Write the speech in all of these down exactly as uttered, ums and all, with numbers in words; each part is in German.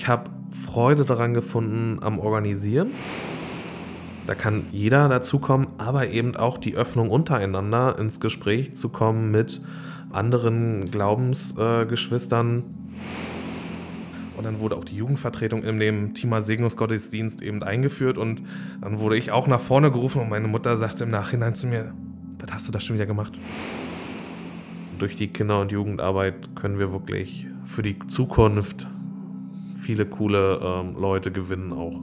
Ich habe Freude daran gefunden am Organisieren. Da kann jeder dazukommen, aber eben auch die Öffnung untereinander, ins Gespräch zu kommen mit anderen Glaubensgeschwistern. Äh, und dann wurde auch die Jugendvertretung in dem Thema Segnungsgottesdienst eben eingeführt und dann wurde ich auch nach vorne gerufen und meine Mutter sagte im Nachhinein zu mir, was hast du da schon wieder gemacht? Durch die Kinder- und Jugendarbeit können wir wirklich für die Zukunft viele coole ähm, Leute gewinnen auch.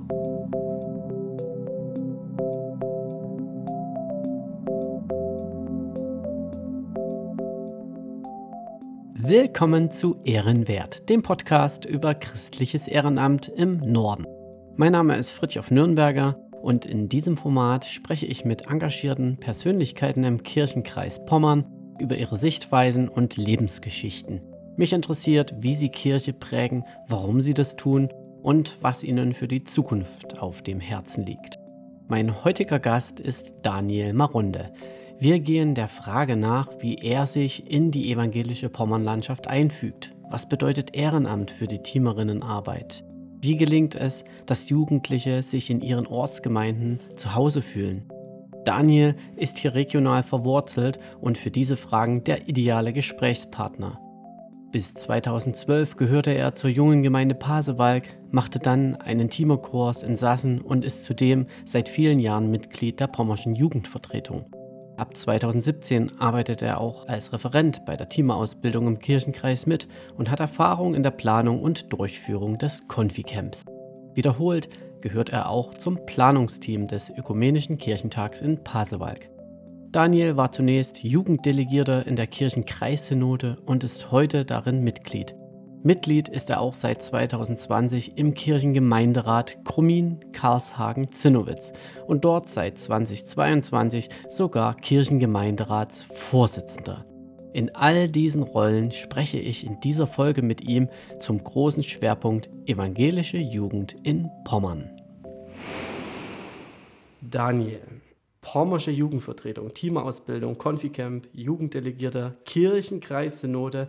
Willkommen zu Ehrenwert, dem Podcast über christliches Ehrenamt im Norden. Mein Name ist Fritjof Nürnberger und in diesem Format spreche ich mit engagierten Persönlichkeiten im Kirchenkreis Pommern über ihre Sichtweisen und Lebensgeschichten. Mich interessiert, wie sie Kirche prägen, warum sie das tun und was ihnen für die Zukunft auf dem Herzen liegt. Mein heutiger Gast ist Daniel Maronde. Wir gehen der Frage nach, wie er sich in die evangelische Pommernlandschaft einfügt. Was bedeutet Ehrenamt für die Teamerinnenarbeit? Wie gelingt es, dass Jugendliche sich in ihren Ortsgemeinden zu Hause fühlen? Daniel ist hier regional verwurzelt und für diese Fragen der ideale Gesprächspartner. Bis zweitausendzwölf gehörte er zur jungen Gemeinde Pasewalk, machte dann einen Teamerkurs in Sassen und ist zudem seit vielen Jahren Mitglied der Pommerschen Jugendvertretung. Ab zweitausendsiebzehn arbeitet er auch als Referent bei der Teamerausbildung im Kirchenkreis mit und hat Erfahrung in der Planung und Durchführung des Konfi-Camps. Wiederholt gehört er auch zum Planungsteam des Ökumenischen Kirchentags in Pasewalk. Daniel war zunächst Jugenddelegierter in der Kirchenkreissynode und ist heute darin Mitglied. Mitglied ist er auch seit zweitausendzwanzig im Kirchengemeinderat Krummin-Karlshagen-Zinnowitz und dort seit zweitausendzweiundzwanzig sogar Kirchengemeinderatsvorsitzender. In all diesen Rollen spreche ich in dieser Folge mit ihm zum großen Schwerpunkt evangelische Jugend in Pommern. Daniel, Pommersche Jugendvertretung, Teamerausbildung, Konfi-Camp, Jugenddelegierter, Kirchenkreissynode,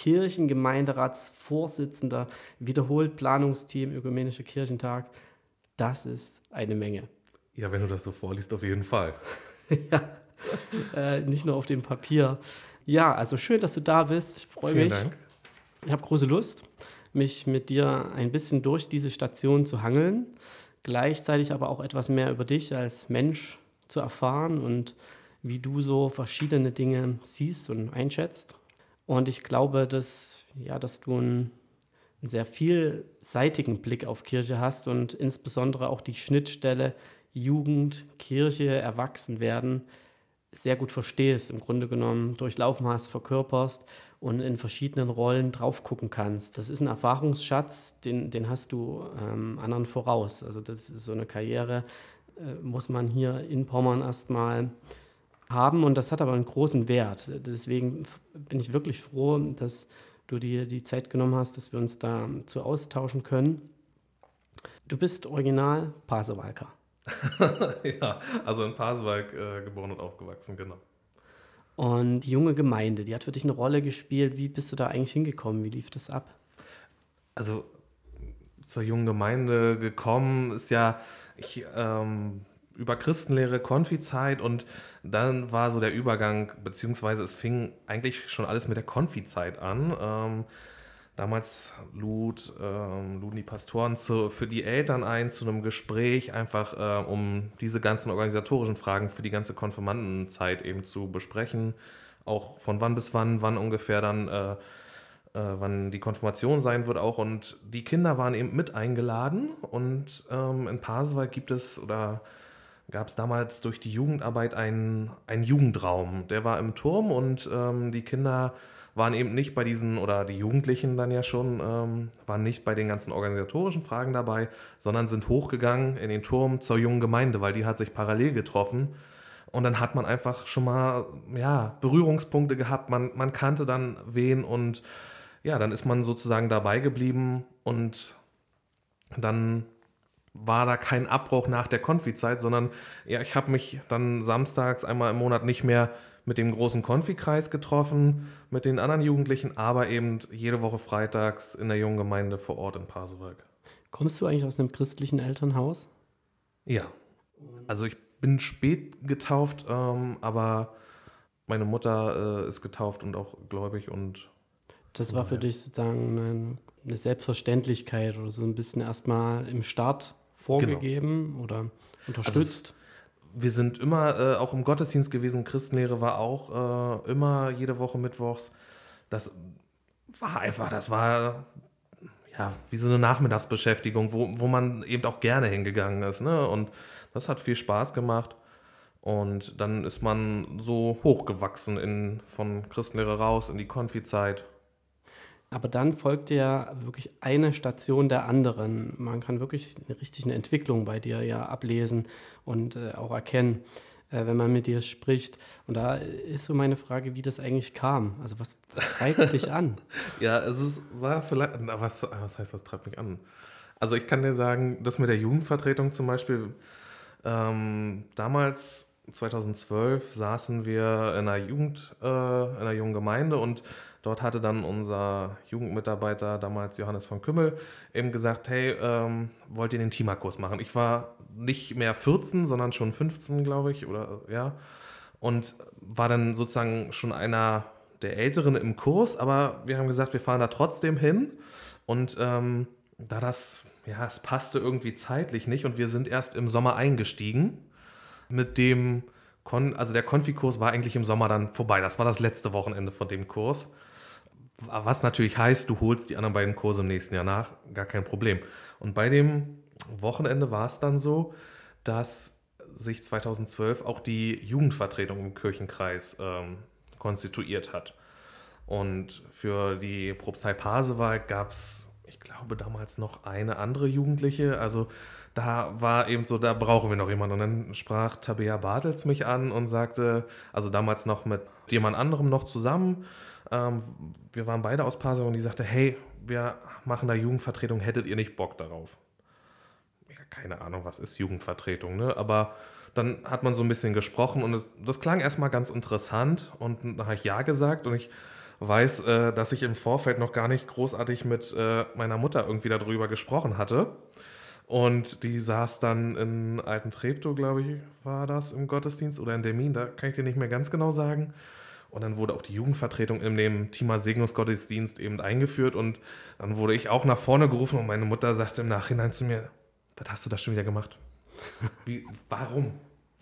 Kirchengemeinderatsvorsitzender, wiederholt Planungsteam, Ökumenischer Kirchentag. Das ist eine Menge. Ja, wenn du das so vorliest, auf jeden Fall. ja, äh, nicht nur auf dem Papier. Ja, also schön, dass du da bist. Ich freue mich. Vielen Dank. Ich habe große Lust, mich mit dir ein bisschen durch diese Station zu hangeln, gleichzeitig aber auch etwas mehr über dich als Mensch zu erfahren und wie du so verschiedene Dinge siehst und einschätzt. Und ich glaube, dass, ja, dass du einen, einen sehr vielseitigen Blick auf Kirche hast und insbesondere auch die Schnittstelle Jugend, Kirche, Erwachsenwerden sehr gut verstehst, im Grunde genommen durchlaufen hast, verkörperst und in verschiedenen Rollen drauf gucken kannst. Das ist ein Erfahrungsschatz, den, den hast du ähm, anderen voraus. Also das ist so eine Karriere, äh, muss man hier in Pommern erstmal haben und das hat aber einen großen Wert. Deswegen bin ich wirklich froh, dass du dir die Zeit genommen hast, dass wir uns dazu austauschen können. Du bist original Pasewalker. ja, also in Pasewalk äh, geboren und aufgewachsen, genau. Und die junge Gemeinde, die hat für dich eine Rolle gespielt. Wie bist du da eigentlich hingekommen? Wie lief das ab? Also zur jungen Gemeinde gekommen ist ja, ich ähm, über Christenlehre, Konfi-Zeit und dann war so der Übergang, beziehungsweise es fing eigentlich schon alles mit der Konfi-Zeit an. Ähm, damals lud, ähm, luden die Pastoren zu, für die Eltern ein zu einem Gespräch, einfach äh, um diese ganzen organisatorischen Fragen für die ganze Konfirmandenzeit eben zu besprechen. Auch von wann bis wann, wann ungefähr dann, äh, äh, wann die Konfirmation sein wird auch. Und die Kinder waren eben mit eingeladen und ähm, in Pasewalk gibt es oder gab es damals durch die Jugendarbeit einen, einen Jugendraum. Der war im Turm und ähm, die Kinder waren eben nicht bei diesen, oder die Jugendlichen dann ja schon, ähm, waren nicht bei den ganzen organisatorischen Fragen dabei, sondern sind hochgegangen in den Turm zur jungen Gemeinde, weil die hat sich parallel getroffen. Und dann hat man einfach schon mal ja, Berührungspunkte gehabt, man, man kannte dann wen und ja, dann ist man sozusagen dabei geblieben und dann war da kein Abbruch nach der Konfi-Zeit, sondern ja, ich habe mich dann samstags einmal im Monat nicht mehr mit dem großen Konfi-Kreis getroffen, mit den anderen Jugendlichen, aber eben jede Woche freitags in der jungen Gemeinde vor Ort in Pasewalk. Kommst du eigentlich aus einem christlichen Elternhaus? Ja, also ich bin spät getauft, ähm, aber meine Mutter äh, ist getauft und auch gläubig und Das von war für daher. dich sozusagen eine, eine Selbstverständlichkeit oder so ein bisschen erstmal im Start Genau. vorgegeben oder Also es, unterstützt? wir sind immer äh, auch im Gottesdienst gewesen. Christenlehre war auch äh, immer jede Woche mittwochs. Das war einfach, das war ja wie so eine Nachmittagsbeschäftigung, wo, wo man eben auch gerne hingegangen ist. Ne? Und das hat viel Spaß gemacht. Und dann ist man so hochgewachsen in, von Christenlehre raus in die Konfizeit. Aber dann folgte ja wirklich eine Station der anderen. Man kann wirklich eine, richtig eine Entwicklung bei dir ja ablesen und äh, auch erkennen, äh, wenn man mit dir spricht. Und da ist so meine Frage, wie das eigentlich kam. Also was, was treibt dich an? Ja, es ist, war vielleicht, na, was, was heißt, was treibt mich an? Also ich kann dir sagen, das mit der Jugendvertretung zum Beispiel, ähm, damals zweitausendzwölf saßen wir in einer Jugend, äh, in einer jungen Gemeinde und dort hatte dann unser Jugendmitarbeiter, damals Johannes von Kümmel, eben gesagt, hey, ähm, wollt ihr den Teamakurs machen? Ich war nicht mehr vierzehn, sondern schon fünfzehn, glaube ich, oder ja, und war dann sozusagen schon einer der Älteren im Kurs, aber wir haben gesagt, wir fahren da trotzdem hin und ähm, da das, ja, es passte irgendwie zeitlich nicht und wir sind erst im Sommer eingestiegen mit dem, Kon also der Konfikurs war eigentlich im Sommer dann vorbei. Das war das letzte Wochenende von dem Kurs. Was natürlich heißt, du holst die anderen beiden Kurse im nächsten Jahr nach, gar kein Problem. Und bei dem Wochenende war es dann so, dass sich zweitausendzwölf auch die Jugendvertretung im Kirchenkreis ähm, konstituiert hat. Und für die Propstei Pasewalk gab es, ich glaube, damals noch eine andere Jugendliche. Also da war eben so, da brauchen wir noch jemanden. Und dann sprach Tabea Bartels mich an und sagte, also damals noch mit jemand anderem noch zusammen, ähm, wir waren beide aus Pasewalk und die sagte, hey, wir machen da Jugendvertretung, hättet ihr nicht Bock darauf? Ja, keine Ahnung, was ist Jugendvertretung, ne? Aber dann hat man so ein bisschen gesprochen und das, das klang erstmal ganz interessant und dann habe ich ja gesagt und ich weiß, äh, dass ich im Vorfeld noch gar nicht großartig mit äh, meiner Mutter irgendwie darüber gesprochen hatte. Und die saß dann in Alten Treptow, glaube ich, war das im Gottesdienst oder in Demmin, da kann ich dir nicht mehr ganz genau sagen. Und dann wurde auch die Jugendvertretung in dem Thema Segnungsgottesdienst eben eingeführt und dann wurde ich auch nach vorne gerufen und meine Mutter sagte im Nachhinein zu mir, was hast du das schon wieder gemacht? Wie, warum?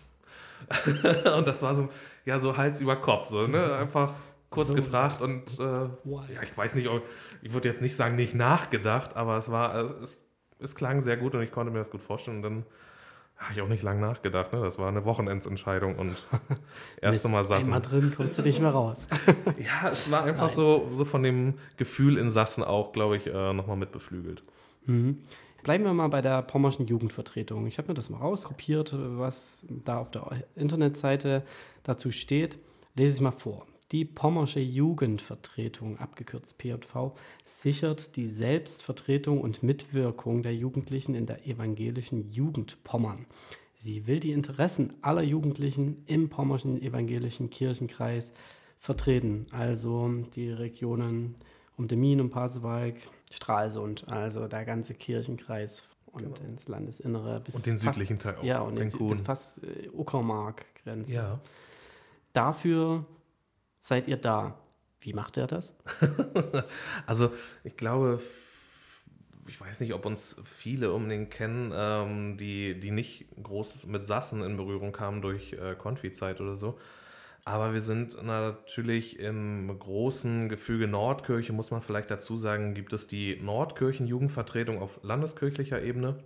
Und das war so, ja, so Hals über Kopf, so, ne? Einfach kurz So, gefragt und äh, why? ja, ich weiß nicht, ich würde jetzt nicht sagen, nicht nachgedacht, aber es war, es, es klang sehr gut und ich konnte mir das gut vorstellen und dann habe ich auch nicht lange nachgedacht, ne? Das war eine Wochenendsentscheidung und erste Mist, Mal saßen. einmal drin, kommst du nicht mehr raus. Ja, es war einfach Nein. so, so von dem Gefühl in Sassen auch, glaube ich, äh, nochmal mit beflügelt. Mhm. Bleiben wir mal bei der pommerschen Jugendvertretung. Ich habe mir das mal rauskopiert, was da auf der Internetseite dazu steht. Lese ich mal vor. Die pommersche Jugendvertretung, abgekürzt P J V, sichert die Selbstvertretung und Mitwirkung der Jugendlichen in der evangelischen Jugend Pommern. Sie will die Interessen aller Jugendlichen im pommerschen evangelischen Kirchenkreis vertreten, also die Regionen um Demmin und Pasewalk, Stralsund, also der ganze Kirchenkreis und Genau. ins Landesinnere bis Und den fast, südlichen Teil auch. ja, und den, Benkuhn. bis fast äh, Uckermark-Grenzen. Ja. Dafür seid ihr da. Wie macht er das? Also ich glaube, ich weiß nicht, ob uns viele unbedingt kennen, ähm, die, die nicht groß mit Sassen in Berührung kamen durch äh, Konfizeit oder so. Aber wir sind natürlich im großen Gefüge Nordkirche, muss man vielleicht dazu sagen, gibt es die Nordkirchen-Jugendvertretung auf landeskirchlicher Ebene.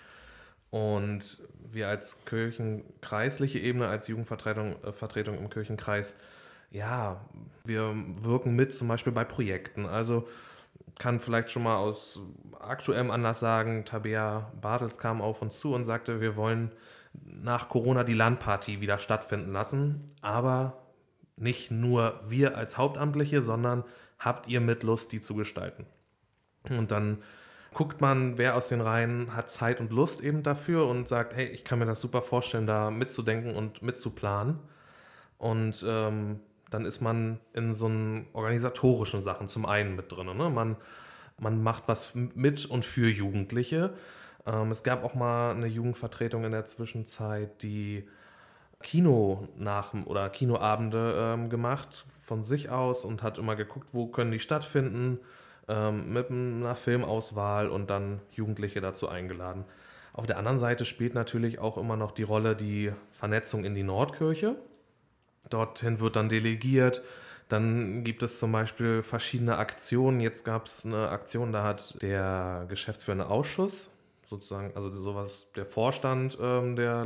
Und wir als kirchenkreisliche Ebene, als Jugendvertretung äh, Vertretung im Kirchenkreis, ja, wir wirken mit zum Beispiel bei Projekten. Also kann vielleicht schon mal aus aktuellem Anlass sagen, Tabea Bartels kam auf uns zu und sagte, wir wollen nach Corona die Landparty wieder stattfinden lassen, aber nicht nur wir als Hauptamtliche, sondern habt ihr mit Lust, die zu gestalten. Und dann guckt man, wer aus den Reihen hat Zeit und Lust eben dafür und sagt, hey, ich kann mir das super vorstellen, da mitzudenken und mitzuplanen. Und ähm, dann ist man in so einen organisatorischen Sachen zum einen mit drin. Ne? Man man macht was mit und für Jugendliche. Ähm, es gab auch mal eine Jugendvertretung in der Zwischenzeit, die Kino nach oder Kinoabende ähm, gemacht von sich aus und hat immer geguckt, wo können die stattfinden, ähm, mit einer Filmauswahl und dann Jugendliche dazu eingeladen. Auf der anderen Seite spielt natürlich auch immer noch die Rolle die Vernetzung in die Nordkirche. Dorthin wird dann delegiert. Dann gibt es zum Beispiel verschiedene Aktionen. Jetzt gab es eine Aktion, da hat der geschäftsführende Ausschuss, sozusagen, also sowas, der Vorstand ähm, der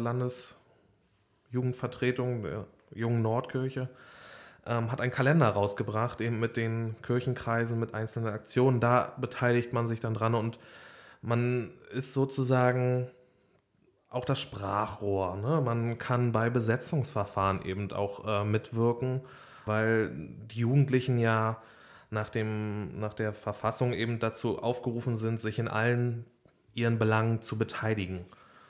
Landesjugendvertretung der Jungen Nordkirche, ähm, hat einen Kalender rausgebracht, eben mit den Kirchenkreisen, mit einzelnen Aktionen. Da beteiligt man sich dann dran und man ist sozusagen auch das Sprachrohr. Ne? Man kann bei Besetzungsverfahren eben auch äh, mitwirken, weil die Jugendlichen ja nach, dem, nach der Verfassung eben dazu aufgerufen sind, sich in allen ihren Belangen zu beteiligen.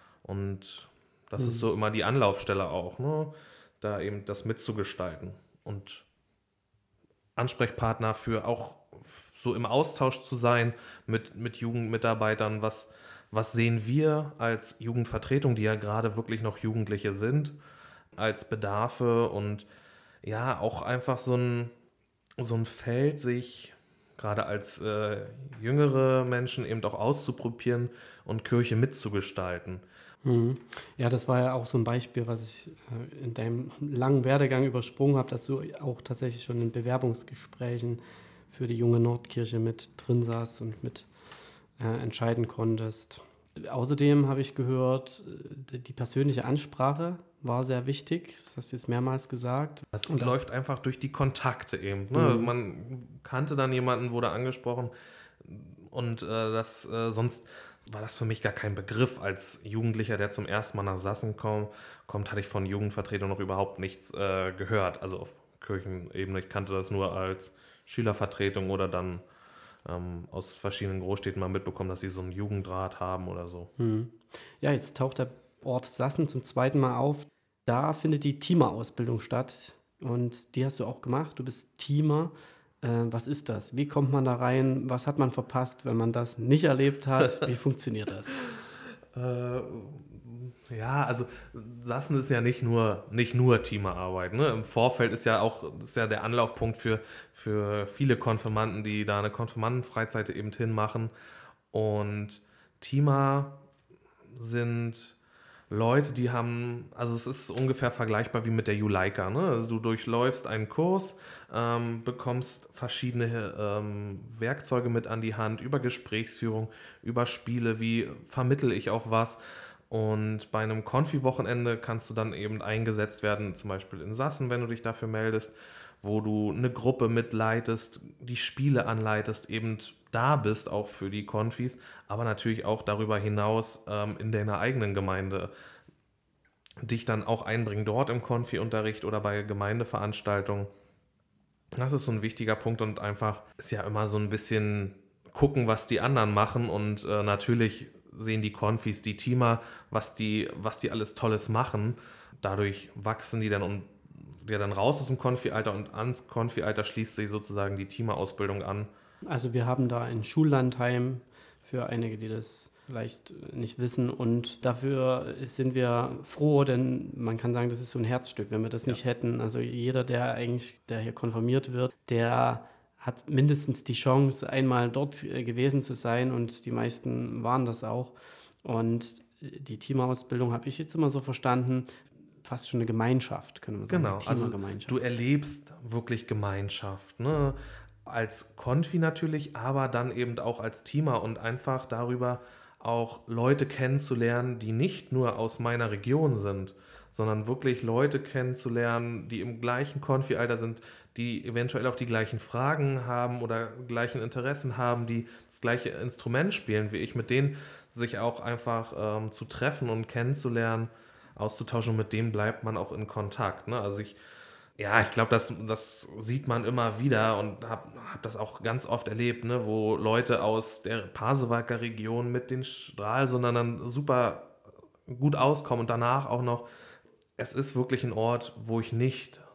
Und das mhm. ist so immer die Anlaufstelle auch, ne? Da eben das mitzugestalten und Ansprechpartner für auch so im Austausch zu sein mit, mit Jugendmitarbeitern, was Was sehen wir als Jugendvertretung, die ja gerade wirklich noch Jugendliche sind, als Bedarfe und ja, auch einfach so ein, so ein Feld, sich gerade als äh, jüngere Menschen eben auch auszuprobieren und Kirche mitzugestalten. Mhm. Ja, das war ja auch so ein Beispiel, was ich äh, in deinem langen Werdegang übersprungen habe, dass du auch tatsächlich schon in Bewerbungsgesprächen für die junge Nordkirche mit drin saßt und mit äh, entscheiden konntest. Außerdem habe ich gehört, die persönliche Ansprache war sehr wichtig. Das hast du jetzt mehrmals gesagt. Das und läuft das einfach durch die Kontakte eben. Ne? Mhm. Man kannte dann jemanden, wurde angesprochen und äh, das äh, sonst war das für mich gar kein Begriff. Als Jugendlicher, der zum ersten Mal nach Sassen komm, kommt, hatte ich von Jugendvertretung noch überhaupt nichts äh, gehört. Also auf Kirchenebene. Ich kannte das nur als Schülervertretung oder dann ähm, aus verschiedenen Großstädten mal mitbekommen, dass sie so einen Jugendrat haben oder so. Hm. Ja, jetzt taucht der Ort Sassen zum zweiten Mal auf. Da findet die Teamer-Ausbildung statt und die hast du auch gemacht. Du bist Teamer. Äh, was ist das? Wie kommt man da rein? Was hat man verpasst, wenn man das nicht erlebt hat? Wie funktioniert das? äh, ja, also Sassen ist ja nicht nur, nicht nur Teamerarbeit. Ne? Im Vorfeld ist ja auch ist ja der Anlaufpunkt für, für viele Konfirmanden, die da eine Konfirmandenfreizeit eben hinmachen. Und Teamer sind Leute, die haben, also es ist ungefähr vergleichbar wie mit der Juleika. Ne? Also du durchläufst einen Kurs, ähm, bekommst verschiedene ähm, Werkzeuge mit an die Hand, über Gesprächsführung, über Spiele, wie vermittle ich auch was. Und bei einem Konfi-Wochenende kannst du dann eben eingesetzt werden, zum Beispiel in Sassen, wenn du dich dafür meldest, wo du eine Gruppe mitleitest, die Spiele anleitest, eben da bist auch für die Konfis, aber natürlich auch darüber hinaus ähm, in deiner eigenen Gemeinde dich dann auch einbringen, dort im Konfi-Unterricht oder bei Gemeindeveranstaltungen. Das ist so ein wichtiger Punkt und einfach ist ja immer so ein bisschen gucken, was die anderen machen und äh, natürlich sehen die Konfis, die Teamer, was die, was die alles Tolles machen. Dadurch wachsen die dann und ja dann raus aus dem Konfi-Alter und ans Konfi-Alter schließt sich sozusagen die Teamerausbildung an. Also wir haben da ein Schullandheim für einige, die das vielleicht nicht wissen und dafür sind wir froh, denn man kann sagen, das ist so ein Herzstück, wenn wir das ja. nicht hätten. Also jeder, der eigentlich, der hier konfirmiert wird, der hat mindestens die Chance, einmal dort gewesen zu sein und die meisten waren das auch. Und die Teamerausbildung habe ich jetzt immer so verstanden, fast schon eine Gemeinschaft, können wir sagen. Genau, also du erlebst wirklich Gemeinschaft, ne? Als Konfi natürlich, aber dann eben auch als Teamer und einfach darüber auch Leute kennenzulernen, die nicht nur aus meiner Region sind, sondern wirklich Leute kennenzulernen, die im gleichen Konfi-Alter sind, die eventuell auch die gleichen Fragen haben oder gleichen Interessen haben, die das gleiche Instrument spielen wie ich, mit denen sich auch einfach ähm, zu treffen und kennenzulernen, auszutauschen, und mit denen bleibt man auch in Kontakt. Ne? Also ich, ja, ich glaube, das, das sieht man immer wieder und habe hab das auch ganz oft erlebt, ne? Wo Leute aus der Pasewalker Region mit den Stralsundern dann super gut auskommen und danach auch noch, es ist wirklich ein Ort, wo ich nicht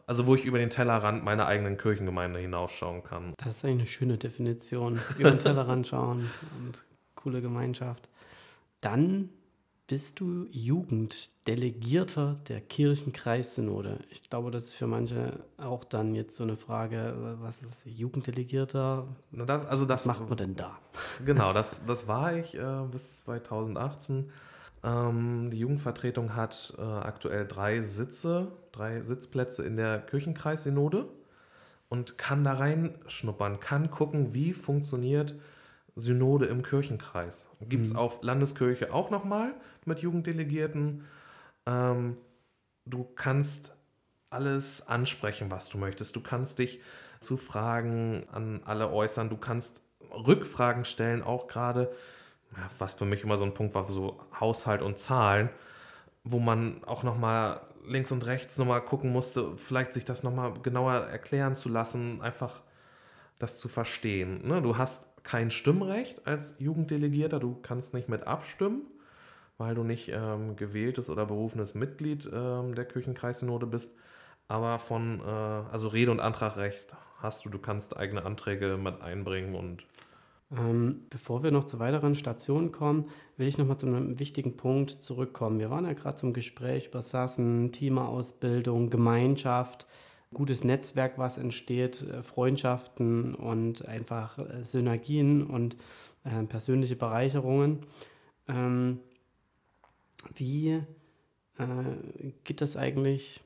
Also wo ich über den Tellerrand meiner eigenen Kirchengemeinde hinausschauen kann. Das ist eigentlich eine schöne Definition. Über den Tellerrand schauen und coole Gemeinschaft. Dann bist du Jugenddelegierter der Kirchenkreissynode. Ich glaube, das ist für manche auch dann jetzt so eine Frage, was ist Jugenddelegierter? Na, das, also das, Was macht man denn da? Genau, das, das war ich äh, bis zwanzig achtzehn. Ähm, die Jugendvertretung hat äh, aktuell drei Sitze, drei Sitzplätze in der Kirchenkreissynode und kann da reinschnuppern, kann gucken, wie funktioniert Synode im Kirchenkreis. Gibt es Mhm. auf Landeskirche auch nochmal mit Jugenddelegierten. Ähm, du kannst alles ansprechen, was du möchtest. Du kannst dich zu Fragen an alle äußern. Du kannst Rückfragen stellen, auch gerade, ja, was für mich immer so ein Punkt war, so Haushalt und Zahlen, wo man auch nochmal links und rechts nochmal gucken musste, vielleicht sich das nochmal genauer erklären zu lassen, einfach das zu verstehen. Ne? Du hast kein Stimmrecht als Jugenddelegierter, du kannst nicht mit abstimmen, weil du nicht ähm, gewähltes oder berufenes Mitglied ähm, der Kirchenkreissynode bist. Aber von, äh, also Rede- und Antragrecht hast du, du kannst eigene Anträge mit einbringen und Ähm, bevor wir noch zu weiteren Stationen kommen, will ich nochmal zu einem wichtigen Punkt zurückkommen. Wir waren ja gerade zum Gespräch über Sassen, Teamausbildung, Gemeinschaft, gutes Netzwerk, was entsteht, äh, Freundschaften und einfach äh, Synergien und äh, persönliche Bereicherungen. Ähm, wie äh, geht das eigentlich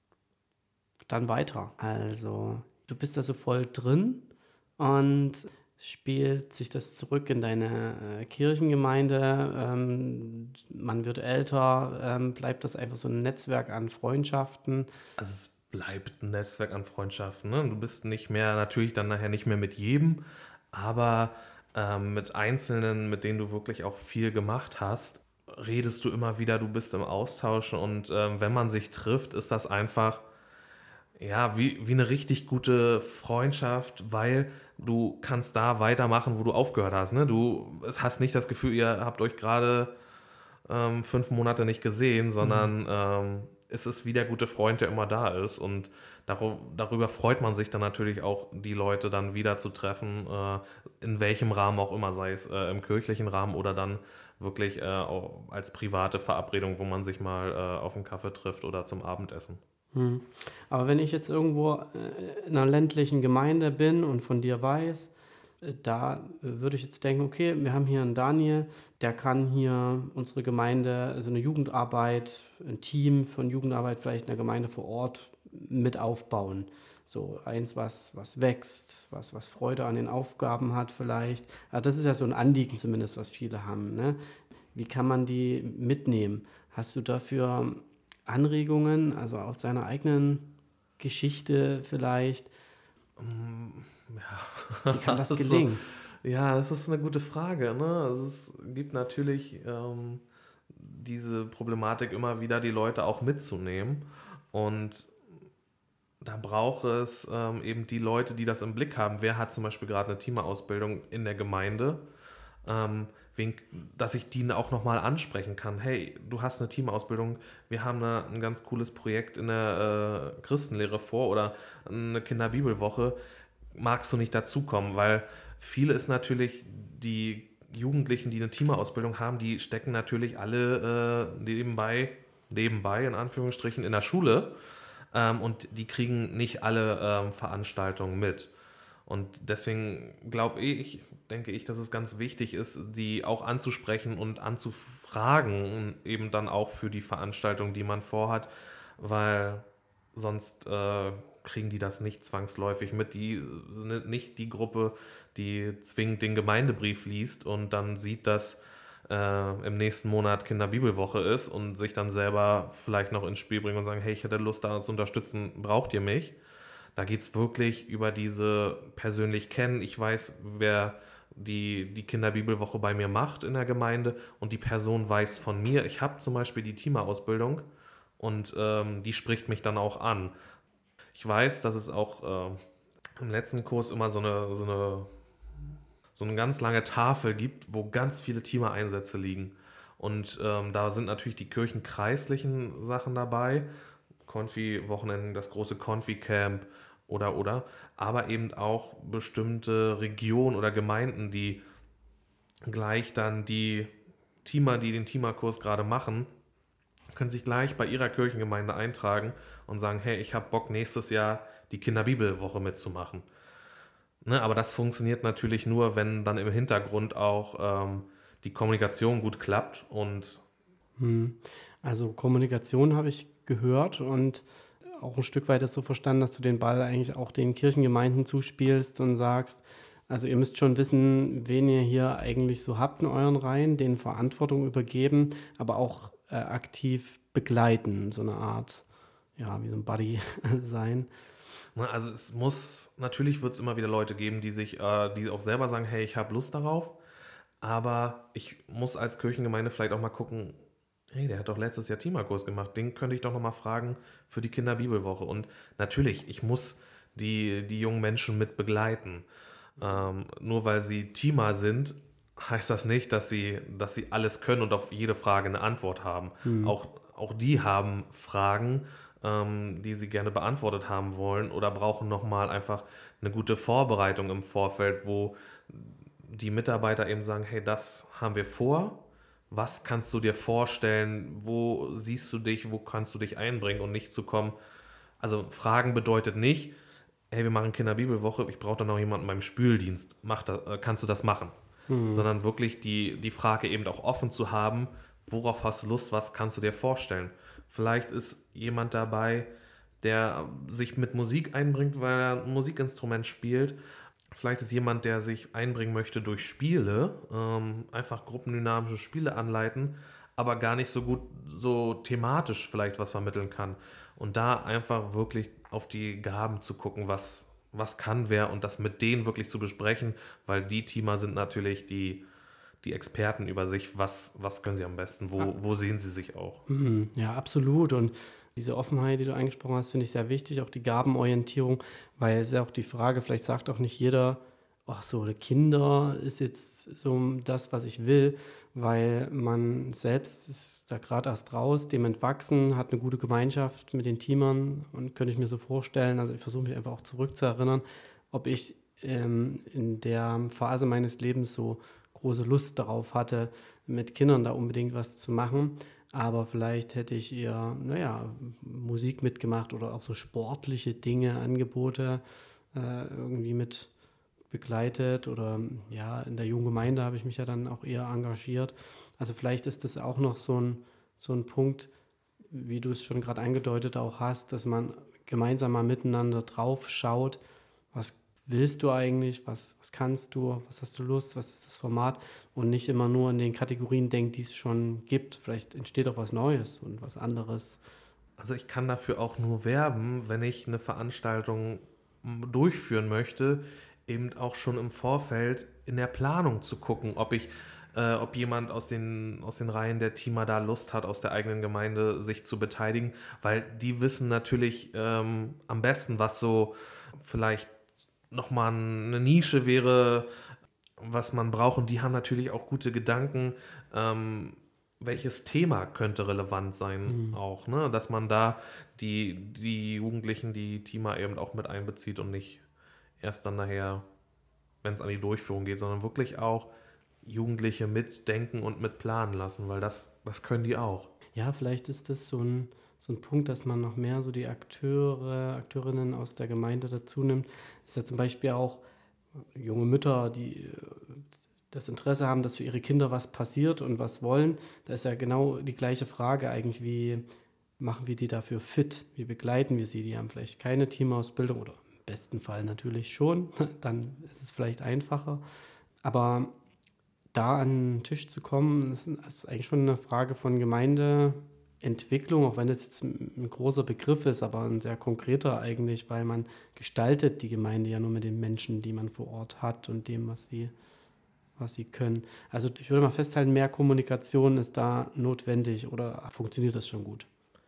dann weiter? Also, du bist da so voll drin und spielt sich das zurück in deine äh, Kirchengemeinde. Ähm, man wird älter, ähm, bleibt das einfach so ein Netzwerk an Freundschaften. also es bleibt ein Netzwerk an Freundschaften. Ne? Du bist nicht mehr, natürlich dann nachher nicht mehr mit jedem, aber ähm, mit Einzelnen, mit denen du wirklich auch viel gemacht hast, redest du immer wieder, du bist im Austausch und ähm, wenn man sich trifft, ist das einfach ja, wie, wie eine richtig gute Freundschaft, weil du kannst da weitermachen, wo du aufgehört hast. Ne? Du hast nicht das Gefühl, ihr habt euch gerade ähm, fünf Monate nicht gesehen, sondern ähm, es ist wie der gute Freund, der immer da ist. Und daru- darüber freut man sich dann natürlich auch, die Leute dann wieder zu treffen, äh, in welchem Rahmen auch immer, sei es äh, im kirchlichen Rahmen oder dann wirklich äh, auch als private Verabredung, wo man sich mal äh, auf einen Kaffee trifft oder zum Abendessen. Hm. Aber wenn ich jetzt irgendwo äh, in einer ländlichen Gemeinde bin und von dir weiß, äh, da äh, würde ich jetzt denken, okay, wir haben hier einen Daniel, der kann hier unsere Gemeinde, also eine Jugendarbeit, ein Team von Jugendarbeit vielleicht in der Gemeinde vor Ort mit aufbauen. So eins, was, was wächst, was, was Freude an den Aufgaben hat vielleicht. Ja, das ist ja so ein Anliegen zumindest, was viele haben. Ne? Wie kann man die mitnehmen? Hast du dafür Anregungen, also aus seiner eigenen Geschichte vielleicht? Wie kann das Das ist so, gelingen? ja, das ist eine gute Frage. Ne? Also es gibt natürlich ähm, diese Problematik immer wieder, die Leute auch mitzunehmen. Und da braucht es ähm, eben die Leute, die das im Blick haben. Wer hat zum Beispiel gerade eine Teamausbildung in der Gemeinde, ähm, wen, dass ich die auch nochmal ansprechen kann. Hey, du hast eine Teamausbildung, wir haben eine, ein ganz cooles Projekt in der äh, Christenlehre vor oder eine Kinderbibelwoche. Magst du nicht dazukommen? Weil viele ist natürlich die Jugendlichen, die eine Teamausbildung haben, die stecken natürlich alle äh, nebenbei, nebenbei in Anführungsstrichen in der Schule ähm, und die kriegen nicht alle ähm, Veranstaltungen mit. Und deswegen glaube ich, denke ich, dass es ganz wichtig ist, die auch anzusprechen und anzufragen, eben dann auch für die Veranstaltung, die man vorhat, weil sonst äh, kriegen die das nicht zwangsläufig mit. Die sind nicht die Gruppe, die zwingend den Gemeindebrief liest und dann sieht, dass äh, im nächsten Monat Kinderbibelwoche ist und sich dann selber vielleicht noch ins Spiel bringen und sagen, hey, ich hätte Lust, da zu unterstützen, braucht ihr mich? Da geht es wirklich über diese persönlich kennen. Ich weiß, wer die, die Kinderbibelwoche bei mir macht in der Gemeinde und die Person weiß von mir. Ich habe zum Beispiel die Teama-Ausbildung und ähm, die spricht mich dann auch an. Ich weiß, dass es auch äh, im letzten Kurs immer so eine, so eine so eine ganz lange Tafel gibt, wo ganz viele Teamer-Einsätze liegen. Und ähm, da sind natürlich die kirchenkreislichen Sachen dabei, Konfi-Wochenenden, das große Konfi-Camp oder, oder, aber eben auch bestimmte Regionen oder Gemeinden, die gleich dann die Teamer, die den Teamerkurs gerade machen, können sich gleich bei ihrer Kirchengemeinde eintragen und sagen, hey, ich habe Bock, nächstes Jahr die Kinderbibelwoche mitzumachen. Ne, aber das funktioniert natürlich nur, wenn dann im Hintergrund auch ähm, die Kommunikation gut klappt und Hm. Also Kommunikation habe ich gehört und auch ein Stück weit das so verstanden, dass du den Ball eigentlich auch den Kirchengemeinden zuspielst und sagst, also ihr müsst schon wissen, wen ihr hier eigentlich so habt in euren Reihen, denen Verantwortung übergeben, aber auch äh, aktiv begleiten, so eine Art, ja, wie so ein Buddy sein. ne, also es muss, natürlich wird es immer wieder Leute geben, die sich, äh, die auch selber sagen, hey, ich habe Lust darauf, aber ich muss als Kirchengemeinde vielleicht auch mal gucken, hey, der hat doch letztes Jahr Teamerkurs gemacht, den könnte ich doch nochmal fragen für die Kinderbibelwoche. Und natürlich, ich muss die, die jungen Menschen mit begleiten. Ähm, nur weil sie Teamer sind, heißt das nicht, dass sie, dass sie alles können und auf jede Frage eine Antwort haben. Hm. Auch, auch die haben Fragen, ähm, die sie gerne beantwortet haben wollen oder brauchen nochmal einfach eine gute Vorbereitung im Vorfeld, wo die Mitarbeiter eben sagen, hey, das haben wir vor. Was kannst du dir vorstellen? Wo siehst du dich? Wo kannst du dich einbringen und nicht zu kommen? Also Fragen bedeutet nicht, hey, wir machen Kinderbibelwoche, ich brauche da noch jemanden beim Spüldienst. Mach das, äh, kannst du das machen? Hm. Sondern wirklich die, die Frage eben auch offen zu haben, worauf hast du Lust, was kannst du dir vorstellen? Vielleicht ist jemand dabei, der sich mit Musik einbringt, weil er ein Musikinstrument spielt. Vielleicht ist jemand, der sich einbringen möchte durch Spiele, ähm, einfach gruppendynamische Spiele anleiten, aber gar nicht so gut so thematisch vielleicht was vermitteln kann. Und da einfach wirklich auf die Gaben zu gucken, was, was kann wer und das mit denen wirklich zu besprechen, weil die Teamer sind natürlich die, die Experten über sich, was, was können sie am besten, wo, wo sehen sie sich auch. Mhm. Ja, absolut. Und diese Offenheit, die du angesprochen hast, finde ich sehr wichtig, auch die Gabenorientierung, weil es ist ja auch die Frage, vielleicht sagt auch nicht jeder, ach so, Kinder ist jetzt so das, was ich will, weil man selbst ist da gerade erst raus, dem entwachsen, hat eine gute Gemeinschaft mit den Teamern und könnte ich mir so vorstellen, also ich versuche mich einfach auch zurückzuerinnern, ob ich ähm, in der Phase meines Lebens so große Lust darauf hatte, mit Kindern da unbedingt was zu machen. Aber vielleicht hätte ich eher, naja, Musik mitgemacht oder auch so sportliche Dinge, Angebote äh, irgendwie mit begleitet. Oder ja, in der jungen Gemeinde habe ich mich ja dann auch eher engagiert. Also vielleicht ist das auch noch so ein, so ein Punkt, wie du es schon gerade angedeutet auch hast, dass man gemeinsam mal miteinander drauf schaut, was willst du eigentlich, was, was kannst du, was hast du Lust, was ist das Format und nicht immer nur in den Kategorien denkt, die es schon gibt. Vielleicht entsteht auch was Neues und was anderes. Also ich kann dafür auch nur werben, wenn ich eine Veranstaltung m, durchführen möchte, eben auch schon im Vorfeld in der Planung zu gucken, ob ich, äh, ob jemand aus den, aus den Reihen der Teamer da Lust hat, aus der eigenen Gemeinde sich zu beteiligen, weil die wissen natürlich ähm, am besten, was so vielleicht nochmal eine Nische wäre, was man braucht. Und die haben natürlich auch gute Gedanken, ähm, welches Thema könnte relevant sein Mhm. auch, ne? Dass man da die, die Jugendlichen, die Teamer eben auch mit einbezieht und nicht erst dann nachher, wenn es an die Durchführung geht, sondern wirklich auch Jugendliche mitdenken und mitplanen lassen, weil das, das können die auch. Ja, vielleicht ist das so ein, so ein Punkt, dass man noch mehr so die Akteure, Akteurinnen aus der Gemeinde dazu nimmt. Das ist ja zum Beispiel auch junge Mütter, die äh, das Interesse haben, dass für ihre Kinder was passiert und was wollen. Da ist ja genau die gleiche Frage eigentlich, wie machen wir die dafür fit? Wie begleiten wir sie? Die haben vielleicht keine Teamausbildung oder im besten Fall natürlich schon, dann ist es vielleicht einfacher. Aber da an den Tisch zu kommen, ist, ist eigentlich schon eine Frage von Gemeindeentwicklung, auch wenn das jetzt ein, ein großer Begriff ist, aber ein sehr konkreter eigentlich, weil man gestaltet die Gemeinde ja nur mit den Menschen, die man vor Ort hat und dem, was sie, was sie können. Also ich würde mal festhalten, mehr Kommunikation ist da notwendig oder funktioniert das schon gut?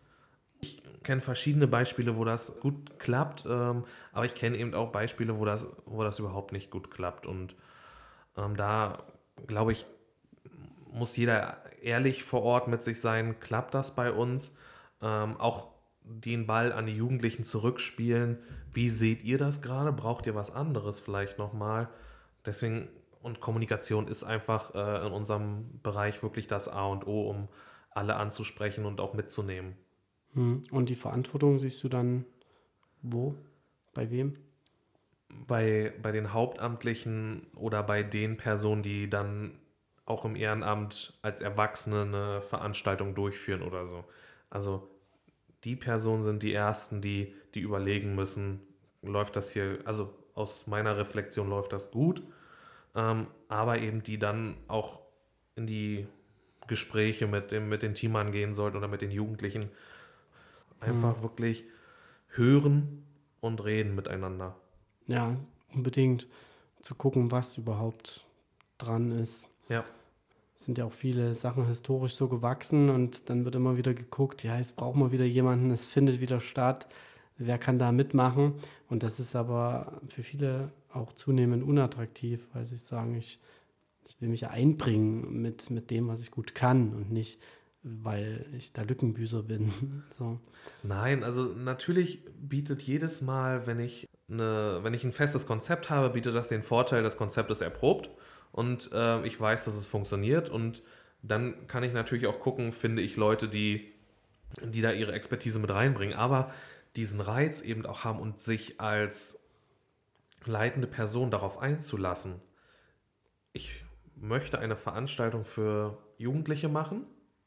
Ich kenne verschiedene Beispiele, wo das gut klappt, ähm, aber ich kenne eben auch Beispiele, wo das, wo das überhaupt nicht gut klappt. Und ähm, da glaube ich, muss jeder ehrlich vor Ort mit sich sein, klappt das bei uns? Ähm, auch den Ball an die Jugendlichen zurückspielen. Wie seht ihr das gerade? Braucht ihr was anderes vielleicht nochmal? Deswegen, und Kommunikation ist einfach äh, in unserem Bereich wirklich das A und O, um alle anzusprechen und auch mitzunehmen. Hm. Und die Verantwortung siehst du dann wo? Bei wem? Bei, bei den Hauptamtlichen oder bei den Personen, die dann auch im Ehrenamt als Erwachsene eine Veranstaltung durchführen oder so. Also die Personen sind die Ersten, die, die überlegen müssen, läuft das hier, also aus meiner Reflexion läuft das gut, ähm, aber eben die dann auch in die Gespräche mit, dem, mit den Teamern gehen sollten oder mit den Jugendlichen einfach Hm. wirklich hören und reden miteinander. Ja, unbedingt zu gucken, was überhaupt dran ist. Ja. Es sind ja auch viele Sachen historisch so gewachsen und dann wird immer wieder geguckt, ja, jetzt brauchen wir wieder jemanden, es findet wieder statt, wer kann da mitmachen? Und das ist aber für viele auch zunehmend unattraktiv, weil sie sagen, ich, ich will mich ja einbringen mit, mit dem, was ich gut kann und nicht, weil ich da Lückenbüßer bin. So. Nein, also natürlich bietet jedes Mal, wenn ich, eine, wenn ich ein festes Konzept habe, bietet das den Vorteil, das Konzept ist erprobt und äh, ich weiß, dass es funktioniert und dann kann ich natürlich auch gucken, finde ich Leute, die, die da ihre Expertise mit reinbringen, aber diesen Reiz eben auch haben und sich als leitende Person darauf einzulassen. Ich möchte eine Veranstaltung für Jugendliche machen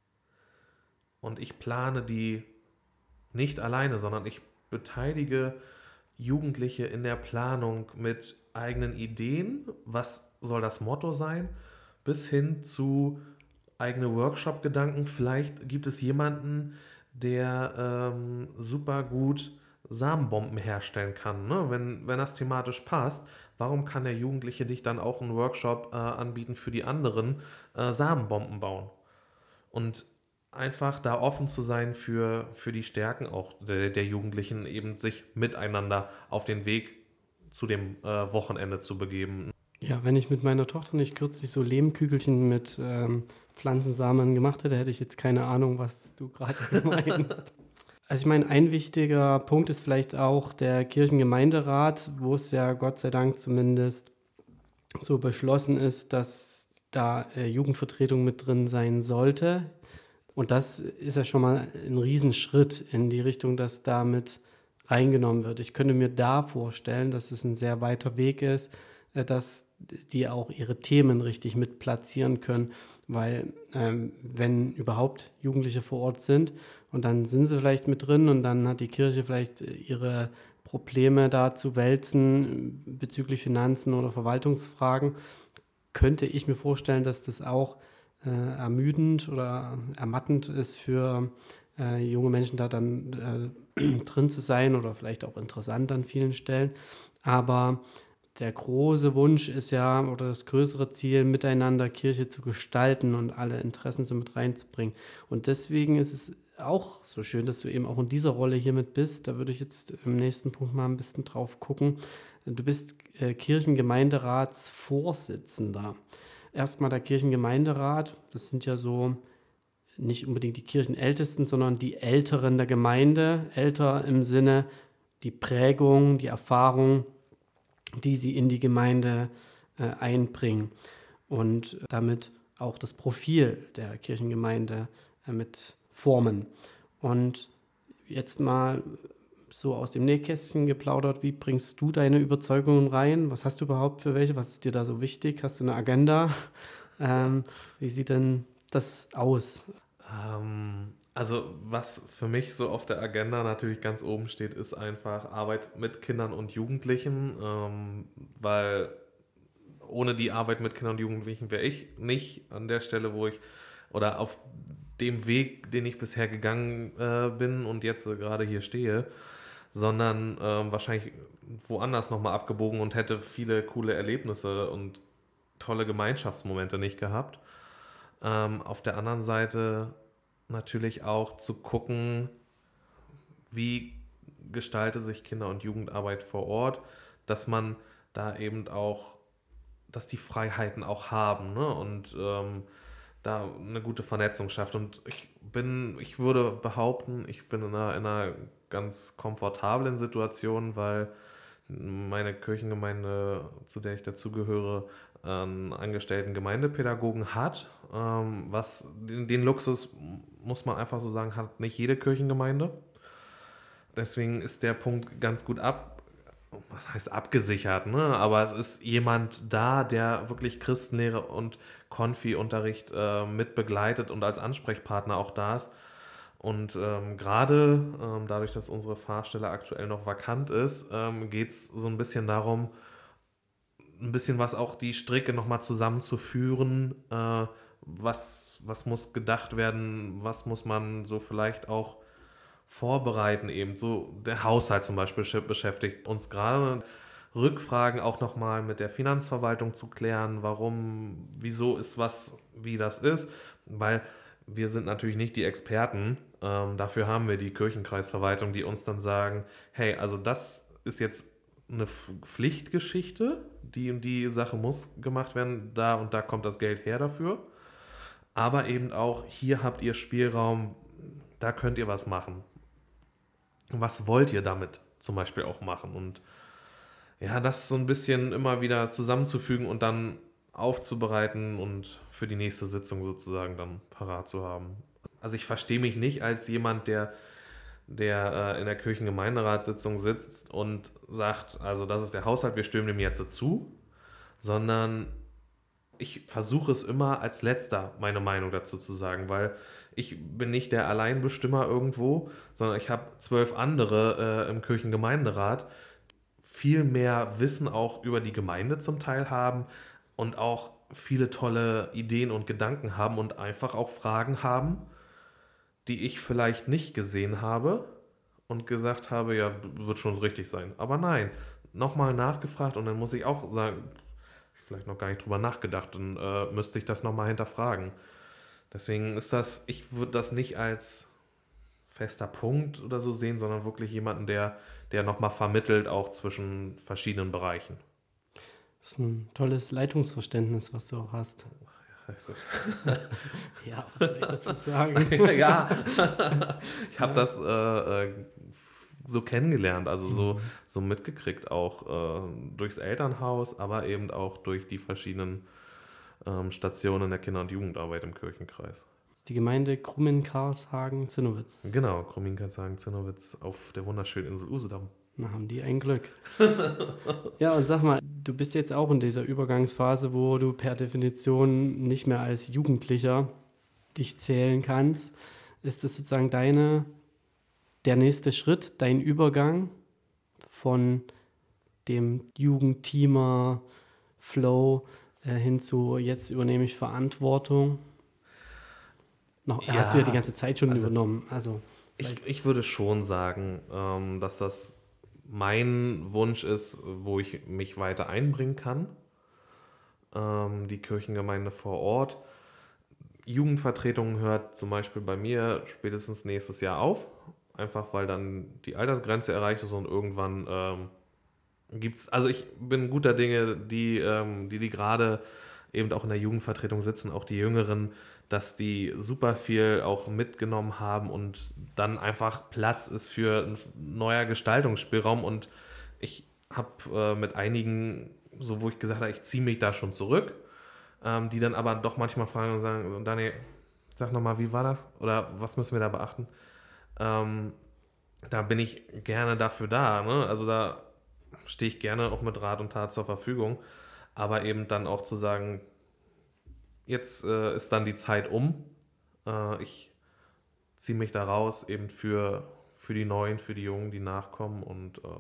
und ich plane die nicht alleine, sondern ich beteilige Jugendliche in der Planung mit eigenen Ideen. Was soll das Motto sein? Bis hin zu eigene Workshop-Gedanken. Vielleicht gibt es jemanden, der ähm, super gut Samenbomben herstellen kann, ne? Wenn, wenn das thematisch passt, warum kann der Jugendliche dich dann auch einen Workshop äh, anbieten für die anderen äh, Samenbomben bauen? Und einfach da offen zu sein für, für die Stärken auch der, der Jugendlichen, eben sich miteinander auf den Weg zu dem äh, Wochenende zu begeben. Ja, wenn ich mit meiner Tochter nicht kürzlich so Lehmkügelchen mit ähm, Pflanzensamen gemacht hätte, hätte ich jetzt keine Ahnung, was du gerade meinst. Also ich meine, ein wichtiger Punkt ist vielleicht auch der Kirchengemeinderat, wo es ja Gott sei Dank zumindest so beschlossen ist, dass da äh, Jugendvertretung mit drin sein sollte. Und das ist ja schon mal ein Riesenschritt in die Richtung, dass da mit reingenommen wird. Ich könnte mir da vorstellen, dass es ein sehr weiter Weg ist, äh, dass die auch ihre Themen richtig mit platzieren können, weil ähm, wenn überhaupt Jugendliche vor Ort sind und dann sind sie vielleicht mit drin und dann hat die Kirche vielleicht ihre Probleme da zu wälzen bezüglich Finanzen oder Verwaltungsfragen, könnte ich mir vorstellen, dass das auch äh, ermüdend oder ermattend ist für äh, junge Menschen, da dann äh, drin zu sein oder vielleicht auch interessant an vielen Stellen. Aber der große Wunsch ist ja, oder das größere Ziel, miteinander Kirche zu gestalten und alle Interessen so mit reinzubringen. Und deswegen ist es auch so schön, dass du eben auch in dieser Rolle hier mit bist. Da würde ich jetzt im nächsten Punkt mal ein bisschen drauf gucken. Du bist äh, Kirchengemeinderatsvorsitzender. Erstmal der Kirchengemeinderat, das sind ja so nicht unbedingt die Kirchenältesten, sondern die Älteren der Gemeinde. Älter im Sinne die Prägung, die Erfahrung, die sie in die Gemeinde äh, einbringen und damit auch das Profil der Kirchengemeinde äh, mit formen. Und jetzt mal so aus dem Nähkästchen geplaudert, wie bringst du deine Überzeugungen rein? Was hast du überhaupt für welche? Was ist dir da so wichtig? Hast du eine Agenda? ähm, wie sieht denn das aus? Ähm, also was für mich so auf der Agenda natürlich ganz oben steht, ist einfach Arbeit mit Kindern und Jugendlichen, ähm, weil ohne die Arbeit mit Kindern und Jugendlichen wäre ich nicht an der Stelle, wo ich, oder auf dem Weg, den ich bisher gegangen äh, bin und jetzt äh, gerade hier stehe, sondern ähm, wahrscheinlich woanders nochmal abgebogen und hätte viele coole Erlebnisse und tolle Gemeinschaftsmomente nicht gehabt. Ähm, auf der anderen Seite natürlich auch zu gucken, wie gestalte sich Kinder- und Jugendarbeit vor Ort, dass man da eben auch, dass die Freiheiten auch haben, ne? Und ähm, da eine gute Vernetzung schafft. Und ich bin, ich würde behaupten, ich bin in einer, in einer ganz komfortablen Situation, weil meine Kirchengemeinde, zu der ich dazugehöre, einen angestellten Gemeindepädagogen hat. Ähm, was den, den Luxus, muss man einfach so sagen, hat nicht jede Kirchengemeinde. Deswegen ist der Punkt ganz gut ab, was heißt abgesichert, ne? Aber es ist jemand da, der wirklich Christenlehre und Konfi-Unterricht äh, mit begleitet und als Ansprechpartner auch da ist. Und ähm, gerade ähm, dadurch, dass unsere Fahrstelle aktuell noch vakant ist, ähm, geht es so ein bisschen darum, ein bisschen was auch die Stricke nochmal zusammenzuführen. Äh, was, was muss gedacht werden, was muss man so vielleicht auch vorbereiten eben. So der Haushalt zum Beispiel beschäftigt uns gerade. Rückfragen auch nochmal mit der Finanzverwaltung zu klären, warum, wieso ist was, wie das ist, weil wir sind natürlich nicht die Experten. Ähm, dafür haben wir die Kirchenkreisverwaltung, die uns dann sagen, hey, also das ist jetzt eine Pflichtgeschichte, die und die Sache muss gemacht werden, da und da kommt das Geld her dafür. Aber eben auch, hier habt ihr Spielraum, da könnt ihr was machen. Was wollt ihr damit zum Beispiel auch machen? Und ja, das so ein bisschen immer wieder zusammenzufügen und dann aufzubereiten und für die nächste Sitzung sozusagen dann parat zu haben. Also ich verstehe mich nicht als jemand, der, der äh, in der Kirchengemeinderatssitzung sitzt und sagt, also das ist der Haushalt, wir stimmen dem jetzt zu, sondern ich versuche es immer als Letzter meine Meinung dazu zu sagen, weil ich bin nicht der Alleinbestimmer irgendwo, sondern ich habe zwölf andere äh, im Kirchengemeinderat, viel mehr Wissen auch über die Gemeinde zum Teil haben und auch viele tolle Ideen und Gedanken haben und einfach auch Fragen haben, die ich vielleicht nicht gesehen habe und gesagt habe, ja, wird schon richtig sein. Aber nein, nochmal nachgefragt und dann muss ich auch sagen, vielleicht noch gar nicht drüber nachgedacht, dann äh, müsste ich das nochmal hinterfragen. Deswegen ist das, ich würde das nicht als fester Punkt oder so sehen, sondern wirklich jemanden, der, der nochmal vermittelt, auch zwischen verschiedenen Bereichen. Das ist ein tolles Leitungsverständnis, was du auch hast. Ja, was soll ich dazu sagen? Ja, ich habe ja. das äh, so kennengelernt, also so, mhm. so mitgekriegt, auch äh, durchs Elternhaus, aber eben auch durch die verschiedenen ähm, Stationen der Kinder- und Jugendarbeit im Kirchenkreis. Die Gemeinde Krummin-Karlshagen-Zinnowitz. Genau, Krummin-Karlshagen-Zinnowitz auf der wunderschönen Insel Usedom. Na, haben die ein Glück. Ja, und sag mal, du bist jetzt auch in dieser Übergangsphase, wo du per Definition nicht mehr als Jugendlicher dich zählen kannst. Ist das sozusagen deine, der nächste Schritt, dein Übergang von dem Jugendteamer-Flow äh, hin zu, jetzt übernehme ich Verantwortung? Noch, ja, hast du ja die ganze Zeit schon also, übernommen. Also, ich, ich würde schon sagen, ähm, dass das mein Wunsch ist, wo ich mich weiter einbringen kann. Ähm, die Kirchengemeinde vor Ort. Jugendvertretung hört zum Beispiel bei mir spätestens nächstes Jahr auf. Einfach weil dann die Altersgrenze erreicht ist und irgendwann ähm, gibt es, also ich bin guter Dinge, die, ähm, die, die gerade eben auch in der Jugendvertretung sitzen, auch die Jüngeren, dass die super viel auch mitgenommen haben und dann einfach Platz ist für ein neuer Gestaltungsspielraum. Und ich habe äh, mit einigen, so wo ich gesagt habe, ich ziehe mich da schon zurück, ähm, die dann aber doch manchmal fragen und sagen, Daniel, sag nochmal, wie war das? Oder was müssen wir da beachten? Ähm, da bin ich gerne dafür da, ne? Also da stehe ich gerne auch mit Rat und Tat zur Verfügung, aber eben dann auch zu sagen, jetzt äh, ist dann die Zeit um. Äh, ich ziehe mich da raus, eben für, für die Neuen, für die Jungen, die nachkommen. Und äh,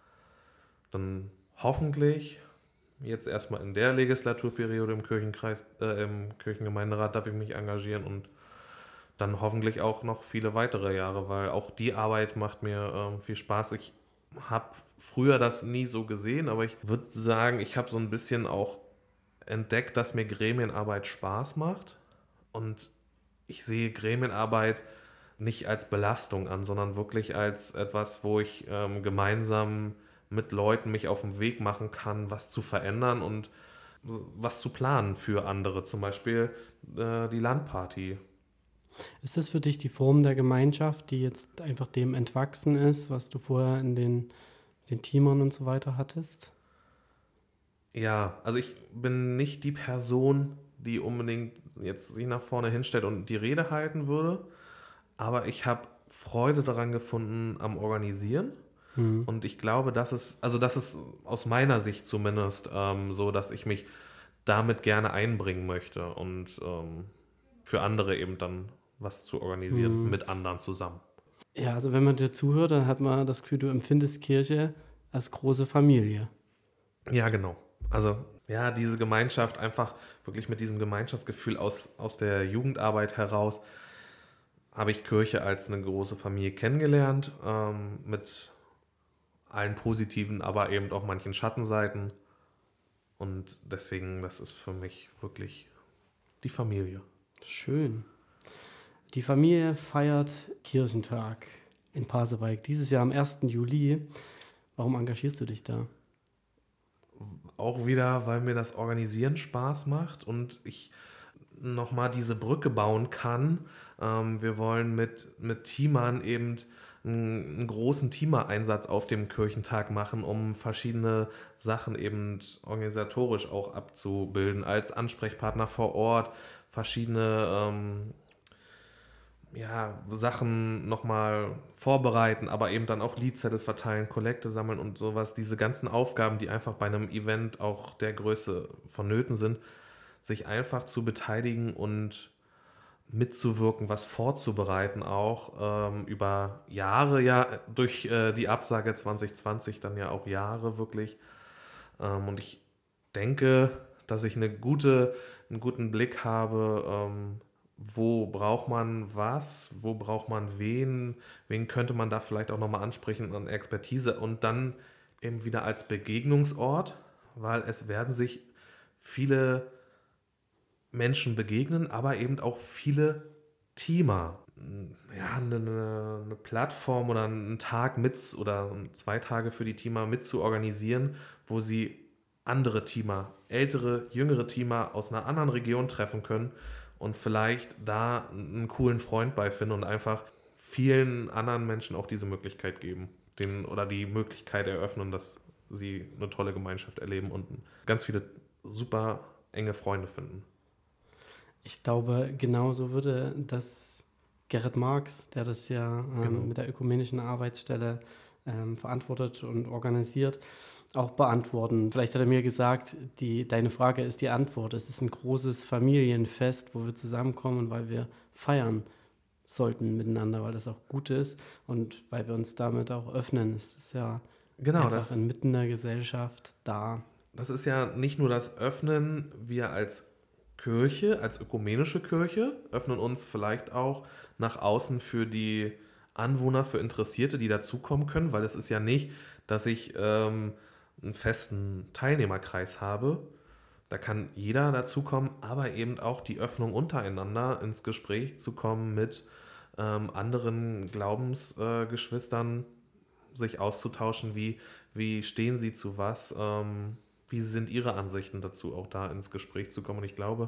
dann hoffentlich jetzt erstmal in der Legislaturperiode im Kirchenkreis, äh, im Kirchengemeinderat darf ich mich engagieren und dann hoffentlich auch noch viele weitere Jahre, weil auch die Arbeit macht mir äh, viel Spaß. Ich habe früher das nie so gesehen, aber ich würde sagen, ich habe so ein bisschen auch entdeckt, dass mir Gremienarbeit Spaß macht und ich sehe Gremienarbeit nicht als Belastung an, sondern wirklich als etwas, wo ich ähm, gemeinsam mit Leuten mich auf den Weg machen kann, was zu verändern und was zu planen für andere, zum Beispiel äh, die Landparty. Ist das für dich die Form der Gemeinschaft, die jetzt einfach dem entwachsen ist, was du vorher in den, den Teamern und so weiter hattest? Ja, also ich bin nicht die Person, die unbedingt jetzt sich nach vorne hinstellt und die Rede halten würde, aber ich habe Freude daran gefunden am Organisieren. Mhm. Und ich glaube, das ist, also das ist aus meiner Sicht zumindest ähm, so, dass ich mich damit gerne einbringen möchte und ähm, für andere eben dann was zu organisieren, Mhm. mit anderen zusammen. Ja, also wenn man dir zuhört, dann hat man das Gefühl, du empfindest Kirche als große Familie. Ja, genau. Also ja, diese Gemeinschaft einfach wirklich mit diesem Gemeinschaftsgefühl aus, aus der Jugendarbeit heraus habe ich Kirche als eine große Familie kennengelernt, ähm, mit allen positiven, aber eben auch manchen Schattenseiten. Und deswegen, das ist für mich wirklich die Familie. Schön. Die Familie feiert Kirchentag in Pasewalk, dieses Jahr am ersten Juli. Warum engagierst du dich da? Auch wieder, weil mir das Organisieren Spaß macht und ich nochmal diese Brücke bauen kann. Ähm, wir wollen mit, mit Teamern eben einen, einen großen Teamer-Einsatz auf dem Kirchentag machen, um verschiedene Sachen eben organisatorisch auch abzubilden, als Ansprechpartner vor Ort, verschiedene ähm, ja, Sachen nochmal vorbereiten, aber eben dann auch Liedzettel verteilen, Kollekte sammeln und sowas. Diese ganzen Aufgaben, die einfach bei einem Event auch der Größe vonnöten sind, sich einfach zu beteiligen und mitzuwirken, was vorzubereiten, auch ähm, über Jahre, ja, durch äh, die Absage zwanzig zwanzig dann ja auch Jahre wirklich. Ähm, und ich denke, dass ich eine gute, einen guten Blick habe, ähm, wo braucht man was, wo braucht man wen, wen könnte man da vielleicht auch nochmal ansprechen an Expertise und dann eben wieder als Begegnungsort, weil es werden sich viele Menschen begegnen, aber eben auch viele Teamer. Ja, eine, eine Plattform oder einen Tag mit oder zwei Tage für die Teamer mit zu organisieren, wo sie andere Teamer, ältere, jüngere Teamer aus einer anderen Region treffen können und vielleicht da einen coolen Freund bei finden und einfach vielen anderen Menschen auch diese Möglichkeit geben, den, oder die Möglichkeit eröffnen, dass sie eine tolle Gemeinschaft erleben und ganz viele super enge Freunde finden. Ich glaube, genauso würde das Gerrit Marx, der das ja ähm, Genau. mit der ökumenischen Arbeitsstelle ähm, verantwortet und organisiert, auch beantworten. Vielleicht hat er mir gesagt, die, deine Frage ist die Antwort. Es ist ein großes Familienfest, wo wir zusammenkommen und weil wir feiern sollten miteinander, weil das auch gut ist und weil wir uns damit auch öffnen. Es ist ja Genau, einfach das, inmitten der Gesellschaft da. das ist ja nicht nur das Öffnen, wir als Kirche, als ökumenische Kirche, öffnen uns vielleicht auch nach außen für die Anwohner, für Interessierte, die dazukommen können, weil es ist ja nicht, dass ich ähm, einen festen Teilnehmerkreis habe. Da kann jeder dazukommen, aber eben auch die Öffnung untereinander ins Gespräch zu kommen mit ähm, anderen Glaubensgeschwistern, äh, sich auszutauschen, wie, wie stehen sie zu was, ähm, wie sind ihre Ansichten dazu, auch da ins Gespräch zu kommen. Und ich glaube,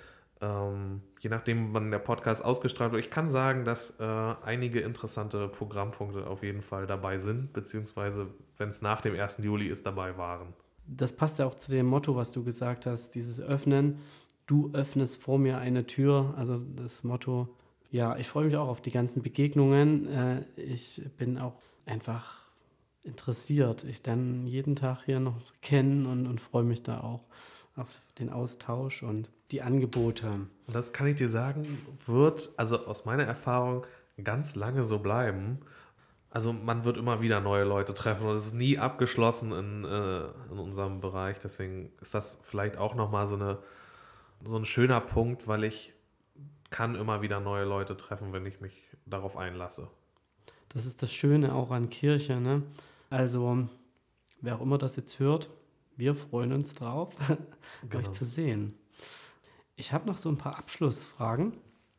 ähm, je nachdem, wann der Podcast ausgestrahlt wird, ich kann sagen, dass äh, einige interessante Programmpunkte auf jeden Fall dabei sind, beziehungsweise, wenn es nach dem ersten Juli ist, dabei waren. Das passt ja auch zu dem Motto, was du gesagt hast, dieses Öffnen. Du öffnest vor mir eine Tür. Also das Motto, ja, ich freue mich auch auf die ganzen Begegnungen. Äh, ich bin auch einfach interessiert. Ich lerne jeden Tag hier noch kennen und, und freue mich da auch auf den Austausch und die Angebote. Und das kann ich dir sagen, wird, also aus meiner Erfahrung, ganz lange so bleiben. Also man wird immer wieder neue Leute treffen und es ist nie abgeschlossen in, äh, in unserem Bereich. Deswegen ist das vielleicht auch nochmal so, eine, so ein schöner Punkt, weil ich kann immer wieder neue Leute treffen, wenn ich mich darauf einlasse. Das ist das Schöne auch an Kirche, ne? Also, wer auch immer das jetzt hört, wir freuen uns drauf, Genau. euch zu sehen. Ich habe noch so ein paar Abschlussfragen.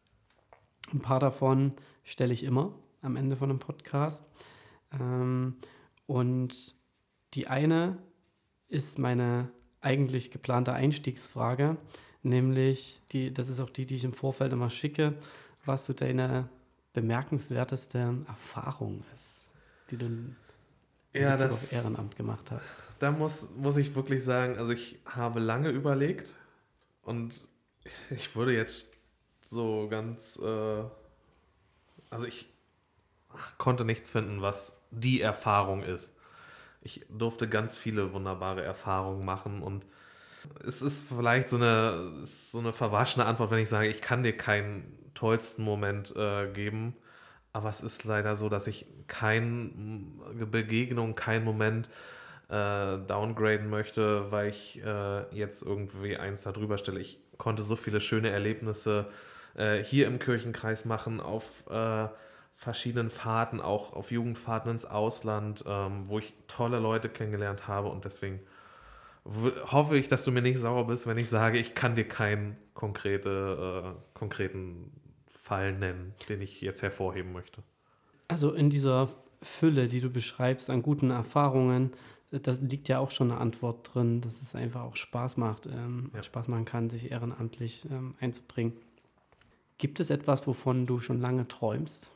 Ein paar davon stelle ich immer am Ende von einem Podcast. Ähm, und die eine ist meine eigentlich geplante Einstiegsfrage, nämlich, die, das ist auch die, die ich im Vorfeld immer schicke, was so deine bemerkenswerteste Erfahrung ist, die du in Ja, Bezug das, auf Ehrenamt gemacht hast. Da muss, muss ich wirklich sagen, also ich habe lange überlegt und ich würde jetzt so ganz, äh, also ich konnte nichts finden, was die Erfahrung ist. Ich durfte ganz viele wunderbare Erfahrungen machen und es ist vielleicht so eine, so eine verwaschene Antwort, wenn ich sage, ich kann dir keinen tollsten Moment äh, geben, aber es ist leider so, dass ich keine Begegnung, keinen Moment äh, downgraden möchte, weil ich äh, jetzt irgendwie eins da drüber stelle. Ich konnte so viele schöne Erlebnisse äh, hier im Kirchenkreis machen, auf äh, verschiedenen Fahrten, auch auf Jugendfahrten ins Ausland, ähm, wo ich tolle Leute kennengelernt habe und deswegen w- hoffe ich, dass du mir nicht sauer bist, wenn ich sage, ich kann dir keinen konkrete, äh, konkreten Fall nennen, den ich jetzt hervorheben möchte. Also in dieser Fülle, die du beschreibst an guten Erfahrungen, da liegt ja auch schon eine Antwort drin, dass es einfach auch Spaß macht, ähm, Ja. Spaß machen kann, sich ehrenamtlich ähm, einzubringen. Gibt es etwas, wovon du schon lange träumst?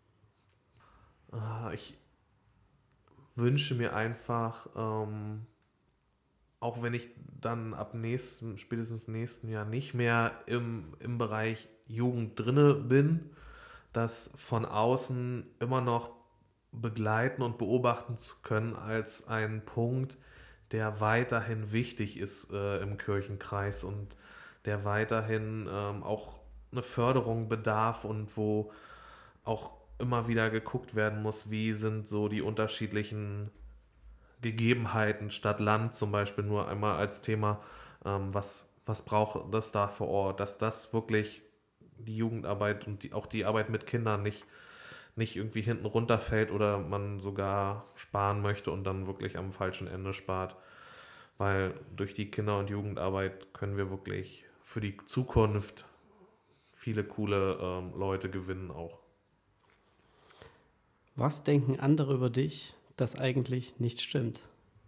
Ah, Ich wünsche mir einfach, ähm, auch wenn ich dann ab nächsten, spätestens nächsten Jahr nicht mehr im, im Bereich Jugend drinne bin, das von außen immer noch begleiten und beobachten zu können als ein Punkt, der weiterhin wichtig ist äh, im Kirchenkreis und der weiterhin ähm, auch eine Förderung bedarf und wo auch immer wieder geguckt werden muss, wie sind so die unterschiedlichen Gegebenheiten Stadt, Land zum Beispiel nur einmal als Thema, ähm, was, was braucht das da vor Ort, dass das wirklich die Jugendarbeit und die, auch die Arbeit mit Kindern nicht, nicht irgendwie hinten runterfällt oder man sogar sparen möchte und dann wirklich am falschen Ende spart, weil durch die Kinder- und Jugendarbeit können wir wirklich für die Zukunft viele coole ähm, Leute gewinnen auch. Was denken andere über dich, das eigentlich nicht stimmt?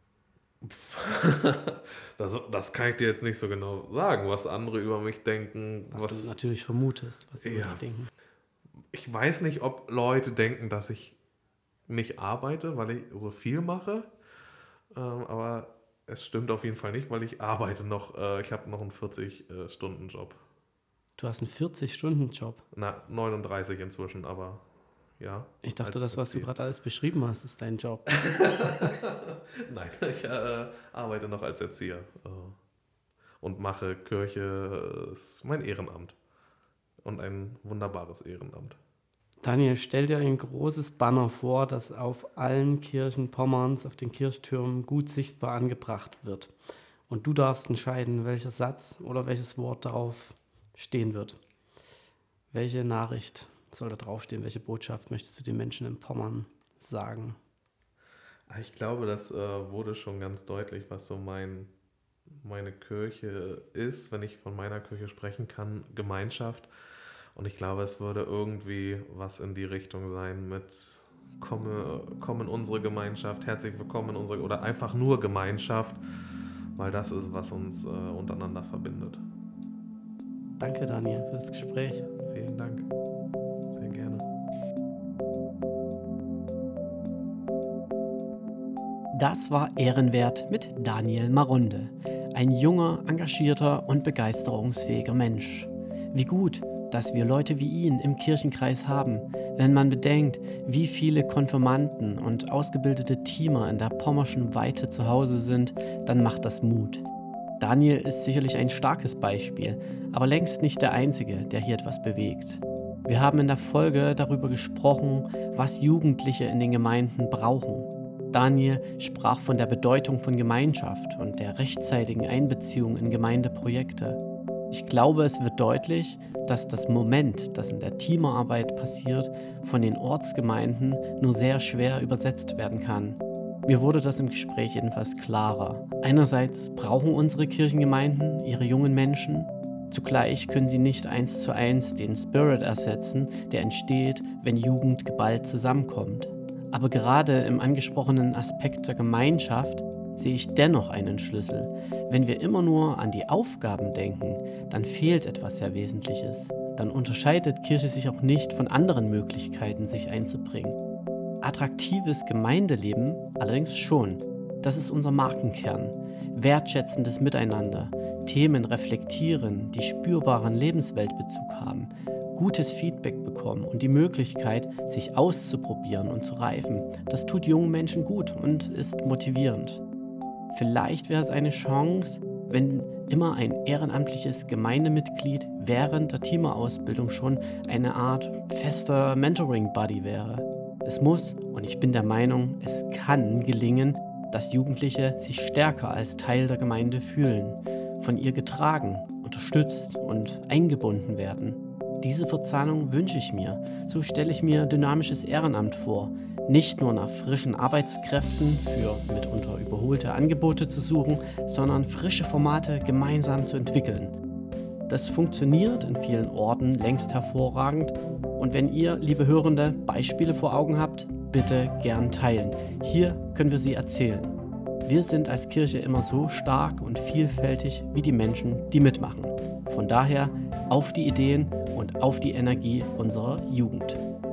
Das, das kann ich dir jetzt nicht so genau sagen, was andere über mich denken. Was, Was, du natürlich vermutest, was sie über Ja. dich denken. Ich weiß nicht, ob Leute denken, dass ich nicht arbeite, weil ich so viel mache. Ähm, aber es stimmt auf jeden Fall nicht, weil ich arbeite noch. Äh, ich habe noch einen vierzig-Stunden-Job. Du hast einen vierzig-Stunden-Job. Na, neununddreißig inzwischen, aber ja. Ich dachte, als das, was du Erzieher. gerade alles beschrieben hast, ist dein Job. Nein, ich äh, arbeite noch als Erzieher äh, und mache Kirche, äh, ist mein Ehrenamt und ein wunderbares Ehrenamt. Daniel, stell dir ein großes Banner vor, das auf allen Kirchen Pommerns, auf den Kirchtürmen gut sichtbar angebracht wird. Und du darfst entscheiden, welcher Satz oder welches Wort darauf stehen wird. Welche Nachricht soll da draufstehen? Welche Botschaft möchtest du den Menschen in Pommern sagen? Ich glaube, das äh, wurde schon ganz deutlich, was so mein, meine Kirche ist, wenn ich von meiner Kirche sprechen kann, Gemeinschaft. Und ich glaube, es würde irgendwie was in die Richtung sein mit komme, komm in unsere Gemeinschaft, herzlich willkommen in unsere, oder einfach nur Gemeinschaft, weil das ist, was uns äh, untereinander verbindet. Danke, Daniel, für das Gespräch. Vielen Dank. Sehr gerne. Das war Ehrenwert mit Daniel Marunde. Ein junger, engagierter und begeisterungsfähiger Mensch. Wie gut, dass wir Leute wie ihn im Kirchenkreis haben. Wenn man bedenkt, wie viele Konfirmanden und ausgebildete Teamer in der pommerschen Weite zu Hause sind, dann macht das Mut. Daniel ist sicherlich ein starkes Beispiel, aber längst nicht der Einzige, der hier etwas bewegt. Wir haben in der Folge darüber gesprochen, was Jugendliche in den Gemeinden brauchen. Daniel sprach von der Bedeutung von Gemeinschaft und der rechtzeitigen Einbeziehung in Gemeindeprojekte. Ich glaube, es wird deutlich, dass das Moment, das in der Teamarbeit passiert, von den Ortsgemeinden nur sehr schwer übersetzt werden kann. Mir wurde das im Gespräch jedenfalls klarer. Einerseits brauchen unsere Kirchengemeinden ihre jungen Menschen, zugleich können sie nicht eins zu eins den Spirit ersetzen, der entsteht, wenn Jugend geballt zusammenkommt. Aber gerade im angesprochenen Aspekt der Gemeinschaft sehe ich dennoch einen Schlüssel. Wenn wir immer nur an die Aufgaben denken, dann fehlt etwas sehr Wesentliches. Dann unterscheidet Kirche sich auch nicht von anderen Möglichkeiten, sich einzubringen. Attraktives Gemeindeleben allerdings schon. Das ist unser Markenkern. Wertschätzendes Miteinander, Themen reflektieren, die spürbaren Lebensweltbezug haben, gutes Feedback bekommen und die Möglichkeit, sich auszuprobieren und zu reifen. Das tut jungen Menschen gut und ist motivierend. Vielleicht wäre es eine Chance, wenn immer ein ehrenamtliches Gemeindemitglied während der Teamerausbildung schon eine Art fester Mentoring-Buddy wäre. Es muss, und ich bin der Meinung, es kann gelingen, dass Jugendliche sich stärker als Teil der Gemeinde fühlen, von ihr getragen, unterstützt und eingebunden werden. Diese Verzahnung wünsche ich mir. So stelle ich mir dynamisches Ehrenamt vor. Nicht nur nach frischen Arbeitskräften für mitunter überholte Angebote zu suchen, sondern frische Formate gemeinsam zu entwickeln. Das funktioniert in vielen Orten längst hervorragend. Und wenn ihr, liebe Hörende, Beispiele vor Augen habt, bitte gern teilen. Hier können wir sie erzählen. Wir sind als Kirche immer so stark und vielfältig wie die Menschen, die mitmachen. Von daher auf die Ideen und auf die Energie unserer Jugend.